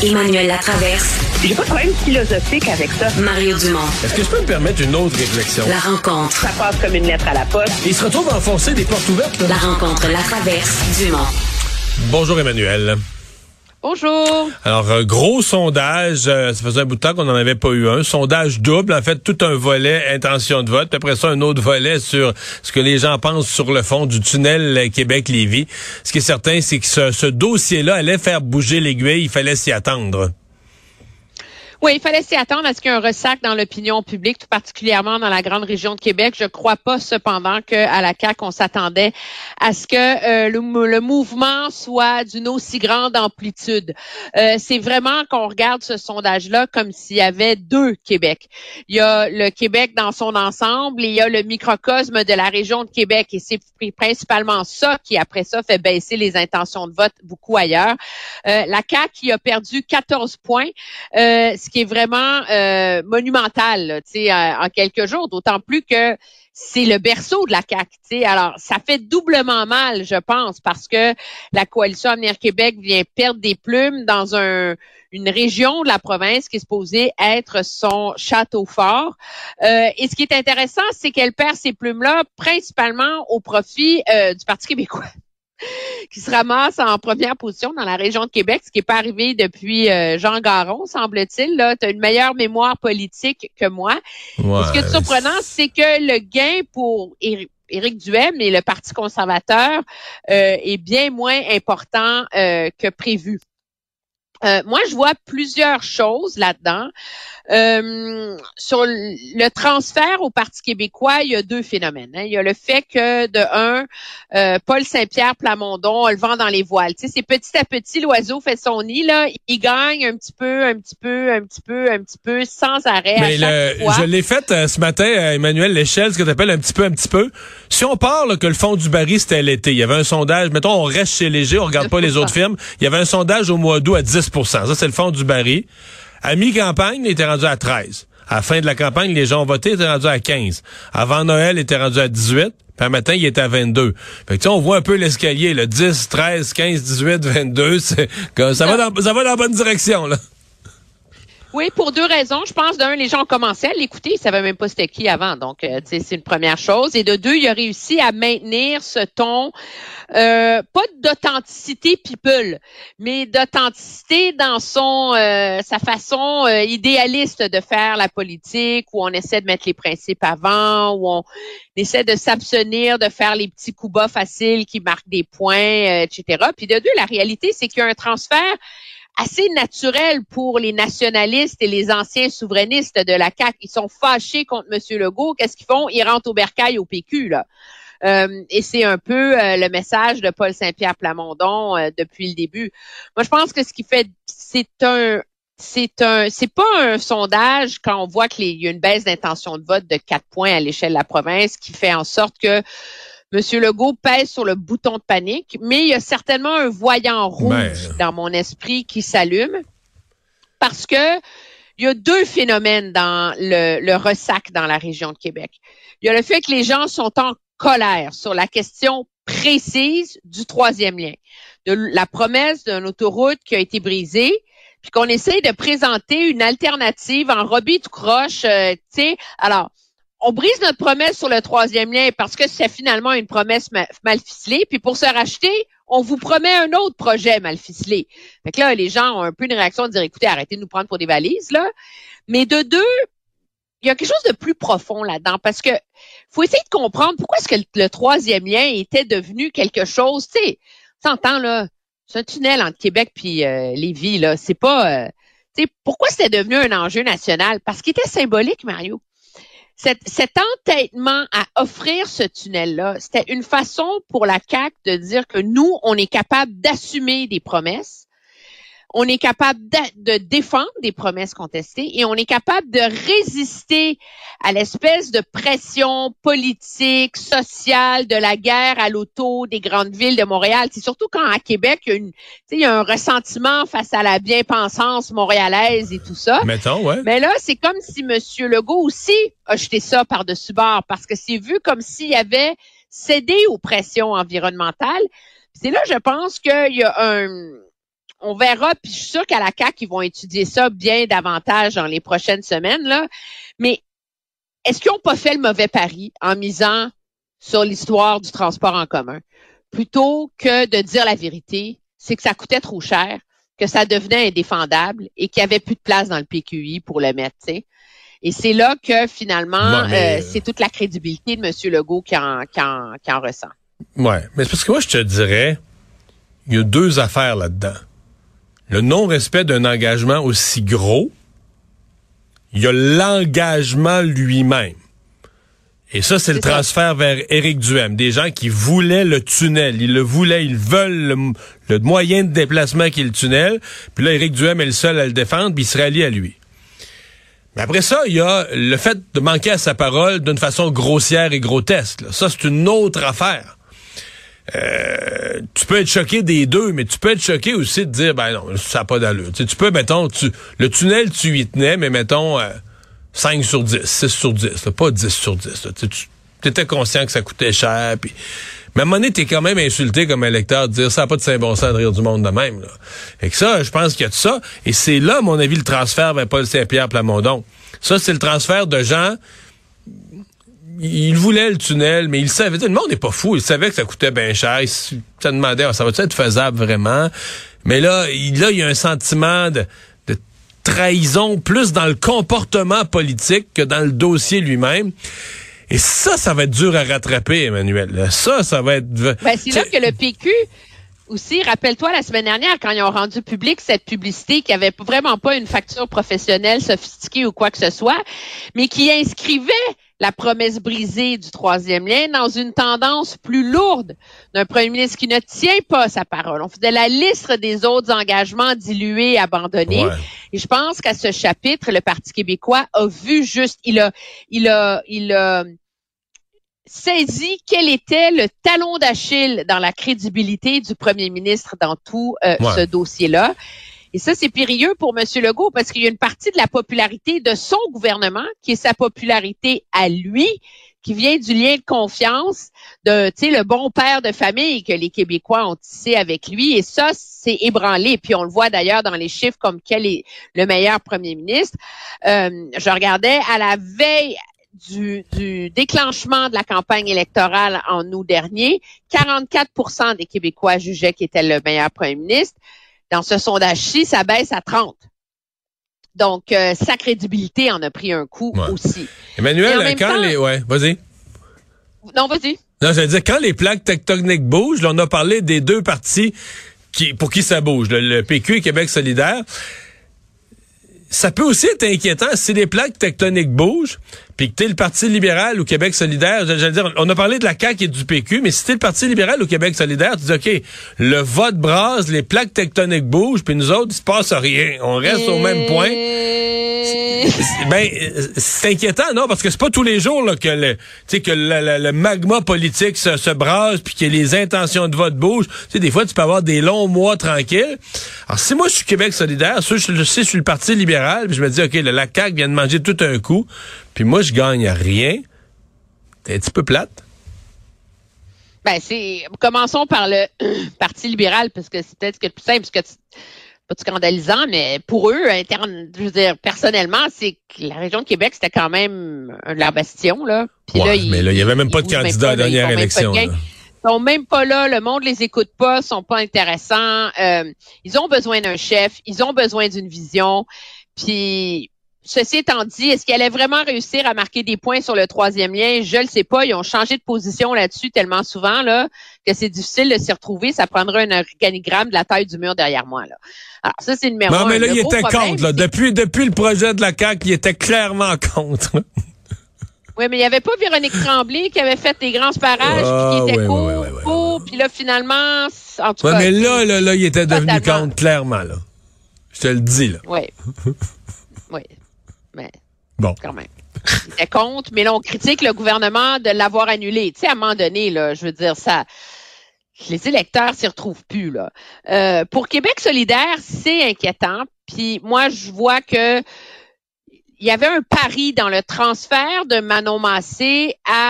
Emmanuel Latraverse. J'ai pas de problème philosophique avec ça. Mario Dumont. Est-ce que je peux me permettre une autre réflexion? La rencontre. Ça passe comme une lettre à la poste. Il se retrouve à enfoncer des portes ouvertes. Là. La rencontre Latraverse Dumont. Bonjour Emmanuel. Bonjour. Alors, gros sondage, ça faisait un bout de temps qu'on n'en avait pas eu un. Sondage double, en fait, tout un volet intention de vote, puis après ça, un autre volet sur ce que les gens pensent sur le fond du tunnel Québec-Lévis. Ce qui est certain, c'est que ce dossier-là allait faire bouger l'aiguille, il fallait s'y attendre. Oui, il fallait s'y attendre à ce qu'il y ait un ressac dans l'opinion publique, tout particulièrement dans la grande région de Québec. Je crois pas, cependant, qu'à la CAQ, on s'attendait à ce que le mouvement soit d'une aussi grande amplitude. C'est vraiment qu'on regarde ce sondage-là comme s'il y avait deux Québec. Il y a le Québec dans son ensemble et il y a le microcosme de la région de Québec. Et c'est principalement ça qui, après ça, fait baisser les intentions de vote beaucoup ailleurs. La CAQ qui a perdu 14 points, ce qui est vraiment monumental là, en quelques jours, d'autant plus que c'est le berceau de la CAQ. Alors, ça fait doublement mal, je pense, parce que la Coalition Avenir Québec vient perdre des plumes dans une région de la province qui est supposée être son château fort. Et ce qui est intéressant, c'est qu'elle perd ces plumes-là principalement au profit du Parti québécois, qui se ramasse en première position dans la région de Québec, ce qui n'est pas arrivé depuis Jean Garon, semble-t-il. Là, tu as une meilleure mémoire politique que moi. Ouais, et ce qui est surprenant, c'est que le gain pour Éric Duhaime et le Parti conservateur est bien moins important que prévu. Moi, je vois plusieurs choses là-dedans. Sur le transfert au Parti québécois, il y a deux phénomènes. Il y a le fait que, Paul Saint-Pierre Plamondon le vent dans les voiles. Tu sais, c'est petit à petit, l'oiseau fait son nid, là. Il gagne un petit peu, sans arrêt. Mais à chaque fois. Je l'ai fait ce matin, Emmanuel, l'échelle, ce que tu appelles un petit peu. Si on parle que le fond du baril, c'était l'été, il y avait un sondage, mettons, on reste chez Léger, on regarde pas les autres firmes, il y avait un sondage au mois d'août à 10 %. Ça, c'est le fond du baril. À mi-campagne, il était rendu à 13. À la fin de la campagne, les gens ont voté, il était rendu à 15. Avant Noël, il était rendu à 18. Puis un matin, il était à 22. Fait que on voit un peu l'escalier, là. 10, 13, 15, 18, 22. Ça va dans la bonne direction, là. Oui, pour deux raisons. Je pense, d'un, les gens ont commencé à l'écouter. Ils savaient même pas c'était qui avant. Donc, c'est une première chose. Et de deux, il a réussi à maintenir ce ton, pas d'authenticité people, mais d'authenticité dans sa façon idéaliste de faire la politique, où on essaie de mettre les principes avant, où on essaie de s'abstenir de faire les petits coups bas faciles qui marquent des points, etc. Puis de deux, la réalité, c'est qu'il y a un transfert assez naturel pour les nationalistes et les anciens souverainistes de la CAQ. Ils sont fâchés contre M. Legault. Qu'est-ce qu'ils font? Ils rentrent au bercail au PQ, là. Et c'est un peu le message de Paul Saint-Pierre Plamondon depuis le début. Moi, je pense que ce qui fait, c'est pas un sondage quand on voit qu'il y a une baisse d'intention de vote de 4 points à l'échelle de la province qui fait en sorte que M. Legault pèse sur le bouton de panique, mais il y a certainement un voyant rouge dans mon esprit qui s'allume parce que il y a deux phénomènes dans le ressac dans la région de Québec. Il y a le fait que les gens sont en colère sur la question précise du troisième lien, de la promesse d'une autoroute qui a été brisée, puis qu'on essaye de présenter une alternative en robie tout croche, tu sais. Alors, on brise notre promesse sur le troisième lien parce que c'est finalement une promesse mal ficelée. Puis pour se racheter, on vous promet un autre projet mal ficelé. Fait que là, les gens ont un peu une réaction de dire, écoutez, arrêtez de nous prendre pour des valises, là. Mais de deux, il y a quelque chose de plus profond là-dedans parce que faut essayer de comprendre pourquoi est-ce que le troisième lien était devenu quelque chose, tu sais, s'entend, là, c'est un tunnel entre Québec puis Lévis, là. C'est pas, tu sais, pourquoi c'était devenu un enjeu national? Parce qu'il était symbolique, Mario. Cet entêtement à offrir ce tunnel-là, c'était une façon pour la CAQ de dire que nous, on est capable d'assumer des promesses, on est capable de défendre des promesses contestées et on est capable de résister à l'espèce de pression politique, sociale, de la guerre à l'auto des grandes villes de Montréal. C'est surtout quand à Québec, il y a un ressentiment face à la bien-pensance montréalaise et tout ça. Mettons, ouais. Mais là, c'est comme si M. Legault aussi a jeté ça par-dessus bord parce que c'est vu comme s'il avait cédé aux pressions environnementales. C'est là, je pense qu'il y a on verra, puis je suis sûre qu'à la CAQ, ils vont étudier ça bien davantage dans les prochaines semaines, là. Mais est-ce qu'ils n'ont pas fait le mauvais pari en misant sur l'histoire du transport en commun? Plutôt que de dire la vérité, c'est que ça coûtait trop cher, que ça devenait indéfendable et qu'il n'y avait plus de place dans le PQI pour le mettre, tu sais. Et c'est là que, finalement, c'est toute la crédibilité de M. Legault qui en ressent. Ouais, mais c'est parce que moi, je te dirais, il y a deux affaires là-dedans. Le non-respect d'un engagement aussi gros, il y a l'engagement lui-même. Et ça, c'est le transfert vers Éric Duhem. Des gens qui voulaient le tunnel. Ils le voulaient, ils veulent le moyen de déplacement qui est le tunnel. Puis là, Éric Duhem est le seul à le défendre, puis il se rallie à lui. Mais après ça, il y a le fait de manquer à sa parole d'une façon grossière et grotesque. Là. Ça, c'est une autre affaire. Tu peux être choqué des deux, mais tu peux être choqué aussi de dire, ben non, ça n'a pas d'allure. Tu peux, mettons, le tunnel, tu y tenais, mais mettons 5 sur 10, 6 sur 10, là, pas 10 sur 10. Là. Tu étais conscient que ça coûtait cher, puis... Mais à un moment donné, t'es quand même insulté comme électeur de dire ça n'a pas de saint bon sens de rire du monde de même. Là. Et que ça, je pense qu'il y a de ça. Et c'est là, à mon avis, le transfert vers Paul Saint-Pierre Plamondon. Ça, c'est le transfert de gens... Il voulait le tunnel, mais il savait... Le monde n'est pas fou. Il savait que ça coûtait bien cher. Il se demandait, ça va-tu être faisable vraiment? Mais là, il y a un sentiment de trahison plus dans le comportement politique que dans le dossier lui-même. Et ça va être dur à rattraper, Emmanuel. Ça va être... Ben, c'est là que le PQ aussi, rappelle-toi la semaine dernière, quand ils ont rendu public cette publicité qui avait vraiment pas une facture professionnelle sophistiquée ou quoi que ce soit, mais qui inscrivait la promesse brisée du troisième lien dans une tendance plus lourde d'un premier ministre qui ne tient pas sa parole. On faisait la liste des autres engagements dilués, abandonnés. Ouais. Et je pense qu'à ce chapitre, le Parti québécois a vu juste, il a saisi quel était le talon d'Achille dans la crédibilité du premier ministre dans tout ce dossier-là. Et ça, c'est périlleux pour M. Legault parce qu'il y a une partie de la popularité de son gouvernement qui est sa popularité à lui, qui vient du lien de confiance de, tu sais, le bon père de famille que les Québécois ont tissé avec lui. Et ça, c'est ébranlé. Puis on le voit d'ailleurs dans les chiffres comme quel est le meilleur premier ministre. Je regardais à la veille du déclenchement de la campagne électorale en août dernier, 44% des Québécois jugeaient qu'il était le meilleur premier ministre. Dans ce sondage-ci, ça baisse à 30. Donc, sa crédibilité en a pris un coup aussi. Emmanuel, vas-y. Non, vas-y. Non, j'allais dire, quand les plaques tectoniques bougent, là, on a parlé des deux partis pour qui ça bouge, le PQ et Québec solidaire. Ça peut aussi être inquiétant si les plaques tectoniques bougent, puis que t'es le Parti libéral ou Québec solidaire. J'allais dire, on a parlé de la CAQ et du PQ, mais si t'es le Parti libéral ou Québec solidaire, tu dis, OK, le vote brasse, les plaques tectoniques bougent, puis nous autres, il se passe rien. On reste au même point. C'est inquiétant, non? Parce que c'est pas tous les jours là, que le magma politique se brasse puis que les intentions de vote bougent. T'sais, des fois, tu peux avoir des longs mois tranquilles. Alors, si moi, je suis Québec solidaire, je suis le Parti libéral, puis je me dis, OK, la CAQ vient de manger tout un coup, puis moi, je gagne rien. T'es un petit peu plate. Commençons par le Parti libéral, parce que c'est peut-être ce qui est le plus simple, parce que pas de scandalisant, mais pour eux, je veux dire, personnellement, c'est que la région de Québec, c'était quand même leur bastion, là. Puis mais là, il y avait même pas de candidat à la dernière élection. Ils sont même pas là, le monde les écoute pas, sont pas intéressants. Ils ont besoin d'un chef, ils ont besoin d'une vision. Puis, ceci étant dit, est-ce qu'elle allait vraiment réussir à marquer des points sur le troisième lien? Je le sais pas. Ils ont changé de position là-dessus tellement souvent là que c'est difficile de s'y retrouver. Ça prendrait un organigramme de la taille du mur derrière moi, là. Alors, ça, c'est le numéro 1. Non, mais là, il était contre, là. Depuis le projet de la CAQ, il était clairement contre. Oui, mais il n'y avait pas Véronique Tremblay qui avait fait des grands parages, puis qui était court, puis là, finalement, en tout cas. Mais là, il était devenu contre, clairement, là. Je te le dis, là. Oui. Oui. Mais. Bon. Quand même. Il était contre, mais là, on critique le gouvernement de l'avoir annulé. Tu sais, à un moment donné, là, je veux dire, ça. Les électeurs s'y retrouvent plus, là. Pour Québec solidaire, c'est inquiétant. Puis moi, je vois que il y avait un pari dans le transfert de Manon Massé à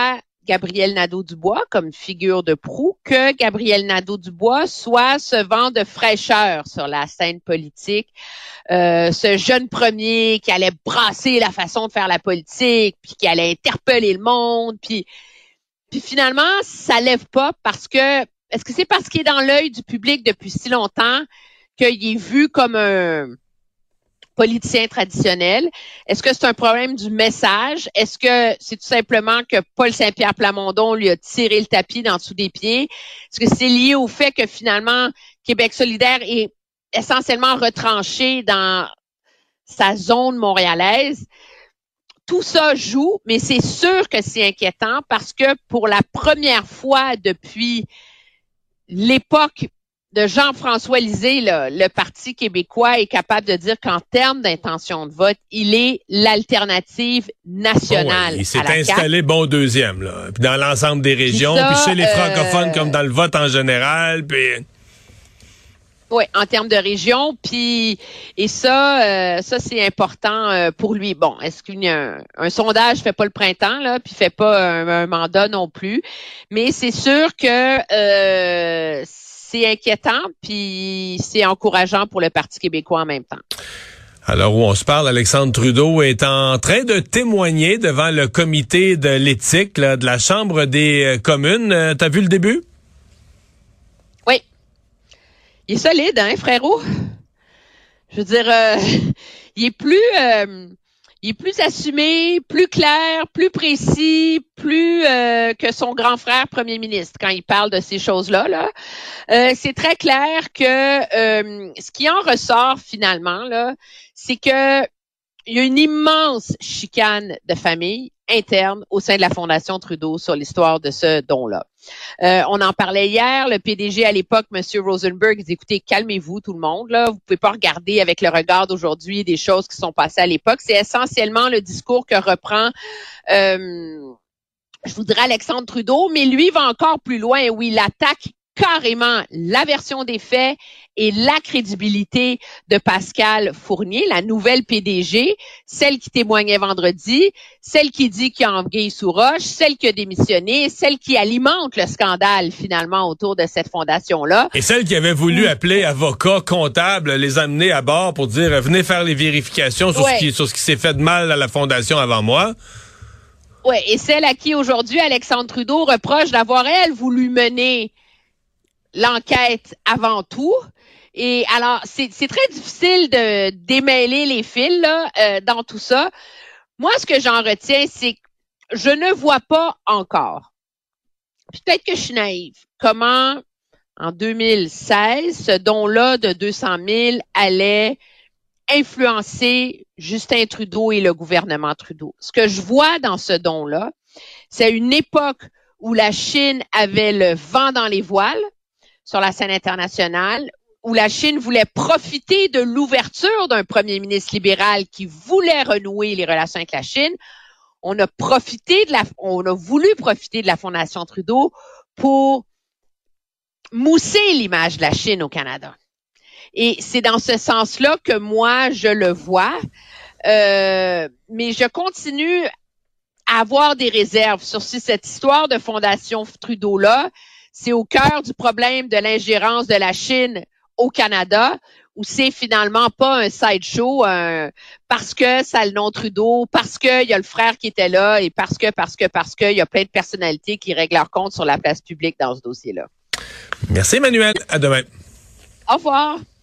Gabriel Nadeau-Dubois comme figure de proue, que Gabriel Nadeau-Dubois soit ce vent de fraîcheur sur la scène politique, ce jeune premier qui allait brasser la façon de faire la politique, puis qui allait interpeller le monde, puis finalement, ça lève pas est-ce que c'est parce qu'il est dans l'œil du public depuis si longtemps qu'il est vu comme un politicien traditionnel? Est-ce que c'est un problème du message? Est-ce que c'est tout simplement que Paul Saint-Pierre Plamondon lui a tiré le tapis dans dessous des pieds? Est-ce que c'est lié au fait que finalement, Québec solidaire est essentiellement retranché dans sa zone montréalaise? Tout ça joue, mais c'est sûr que c'est inquiétant parce que pour la première fois depuis l'époque de Jean-François Lisée, le Parti québécois est capable de dire qu'en termes d'intention de vote, il est l'alternative nationale. Il s'est installé bon deuxième, là. Puis dans l'ensemble des régions, puis chez les francophones comme dans le vote en général, puis... Oui, en termes de région, et ça c'est important pour lui. Bon, est-ce qu'un sondage fait pas le printemps là, puis fait pas un mandat non plus, mais c'est sûr que c'est inquiétant, puis c'est encourageant pour le Parti québécois en même temps. Alors où on se parle, Alexandre Trudeau est en train de témoigner devant le comité de l'éthique là, de la Chambre des communes. T'as vu le début? Oui. Il est solide, hein, frérot? Je veux dire, il est plus assumé, plus clair, plus précis, plus que son grand frère premier ministre quand il parle de ces choses-là. Là. C'est très clair que ce qui en ressort finalement, là, c'est que il y a une immense chicane de famille interne au sein de la Fondation Trudeau sur l'histoire de ce don-là. On en parlait hier, le PDG à l'époque, M. Rosenberg, dit, écoutez, calmez-vous tout le monde, là. Vous pouvez pas regarder avec le regard d'aujourd'hui des choses qui sont passées à l'époque. C'est essentiellement le discours que reprend, je voudrais Alexandre Trudeau, mais lui va encore plus loin où il attaque carrément la version des faits et la crédibilité de Pascal Fournier, la nouvelle PDG, celle qui témoignait vendredi, celle qui dit qu'il y a anguille sous roche, celle qui a démissionné, celle qui alimente le scandale finalement autour de cette fondation-là. Et celle qui avait voulu appeler avocats, comptables, les amener à bord pour dire venez faire les vérifications sur ce qui s'est fait de mal à la fondation avant moi. Oui, et celle à qui aujourd'hui Alexandre Trudeau reproche d'avoir, elle, voulu mener l'enquête avant tout. Et alors, c'est très difficile de démêler les fils là, dans tout ça. Moi, ce que j'en retiens, c'est que je ne vois pas encore, peut-être que je suis naïve, comment, en 2016, ce don-là de 200 000 allait influencer Justin Trudeau et le gouvernement Trudeau. Ce que je vois dans ce don-là, c'est une époque où la Chine avait le vent dans les voiles sur la scène internationale, où la Chine voulait profiter de l'ouverture d'un premier ministre libéral qui voulait renouer les relations avec la Chine. On a voulu profiter de la Fondation Trudeau pour mousser l'image de la Chine au Canada. Et c'est dans ce sens-là que moi, je le vois. Mais je continue à avoir des réserves sur si cette histoire de Fondation Trudeau-là, c'est au cœur du problème de l'ingérence de la Chine au Canada, ou c'est finalement pas un sideshow parce que ça a le nom Trudeau, parce que il y a le frère qui était là et parce que il y a plein de personnalités qui règlent leur compte sur la place publique dans ce dossier-là. Merci Emmanuel, à demain. Au revoir.